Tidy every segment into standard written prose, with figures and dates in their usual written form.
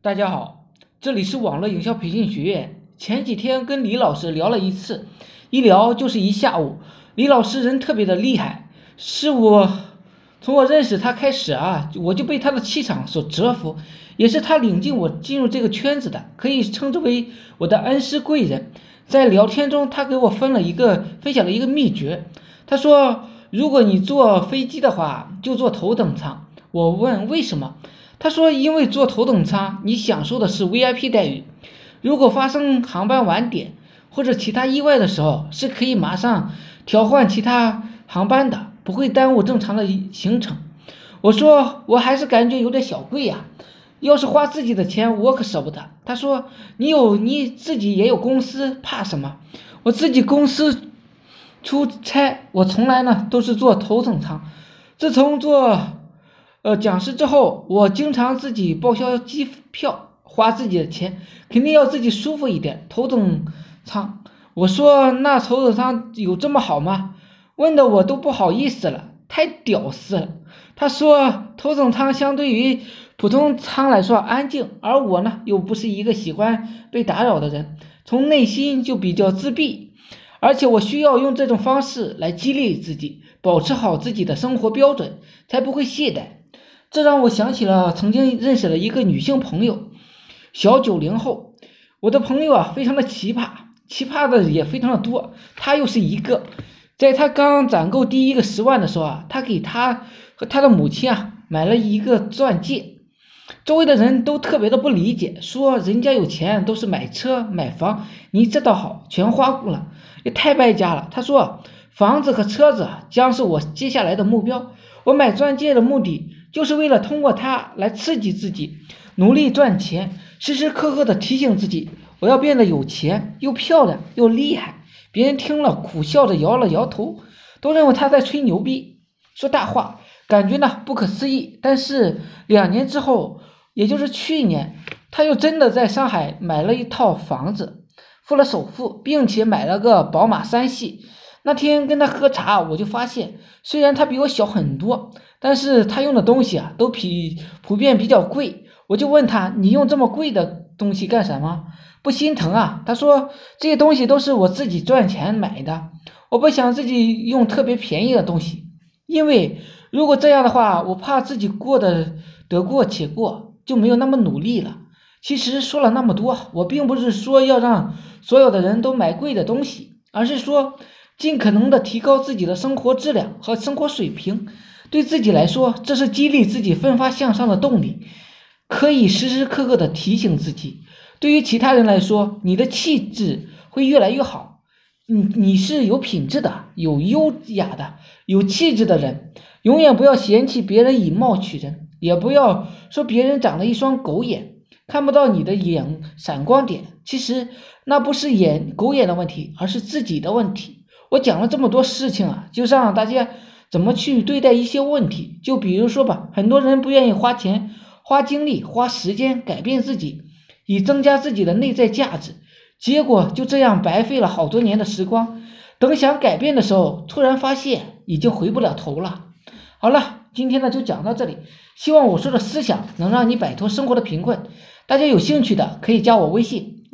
大家好，这里是网络营销培训学院。前几天跟李老师聊了一次，一聊就是一下午。李老师人特别的厉害，从我认识他开始我就被他的气场所折服，也是他领进我进入这个圈子的，可以称之为我的恩师贵人。在聊天中，他给我分享了一个秘诀。他说，如果你坐飞机的话，就坐头等舱。我问为什么？他说，因为坐头等舱，你享受的是 VIP 待遇。如果发生航班晚点或者其他意外的时候，是可以马上调换其他航班的，不会耽误正常的行程。我说，我还是感觉有点小贵呀，要是花自己的钱，我可舍不得。他说，你自己也有公司，怕什么？我自己公司出差，我从来呢都是坐头等舱。自从做讲师之后，我经常自己报销机票，花自己的钱，肯定要自己舒服一点。头等舱，我说那头等舱有这么好吗？问的我都不好意思了，太屌丝了。他说头等舱相对于普通舱来说安静，而我呢又不是一个喜欢被打扰的人，从内心就比较自闭，而且我需要用这种方式来激励自己，保持好自己的生活标准，才不会懈怠。这让我想起了曾经认识了一个女性朋友，小90后。我的朋友非常的奇葩，奇葩的也非常的多，她又是一个。在她刚攒够第一个10万的时候她给她和她的母亲买了一个钻戒。周围的人都特别的不理解，说人家有钱都是买车买房，你这倒好，全花光了，也太败家了。他说房子和车子将是我接下来的目标，我买钻戒的目的就是为了通过它来刺激自己，努力赚钱，时时刻刻的提醒自己，我要变得有钱又漂亮又厉害。别人听了苦笑着摇了摇头，都认为他在吹牛逼，说大话，感觉呢不可思议。但是2年之后，也就是去年，他又真的在上海买了一套房子，付了首付，并且买了个宝马3系。那天跟他喝茶，我就发现，虽然他比我小很多，但是他用的东西都普遍比较贵。我就问他，你用这么贵的东西干什么？不心疼他说这些东西都是我自己赚钱买的，我不想自己用特别便宜的东西，因为如果这样的话，我怕自己得过且过，就没有那么努力了。其实说了那么多，我并不是说要让所有的人都买贵的东西，而是说尽可能的提高自己的生活质量和生活水平。对自己来说，这是激励自己奋发向上的动力，可以时时刻刻的提醒自己。对于其他人来说，你的气质会越来越好，你是有品质的，有优雅的，有气质的人。永远不要嫌弃别人以貌取人，也不要说别人长了一双狗眼，看不到你的闪光点。其实那不是狗眼的问题，而是自己的问题。我讲了这么多事情就是让大家怎么去对待一些问题。就比如说吧，很多人不愿意花钱、花精力、花时间改变自己，以增加自己的内在价值，结果就这样白费了好多年的时光。等想改变的时候，突然发现已经回不了头了。好了，今天呢就讲到这里，希望我说的思想能让你摆脱生活的贫困。大家有兴趣的可以加我微信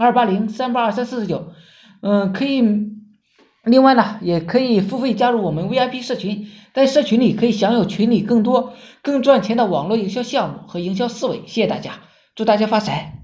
280382349，可以，另外呢也可以付费加入我们 VIP 社群，在社群里可以享有群里更多更赚钱的网络营销项目和营销思维。谢谢大家，祝大家发财。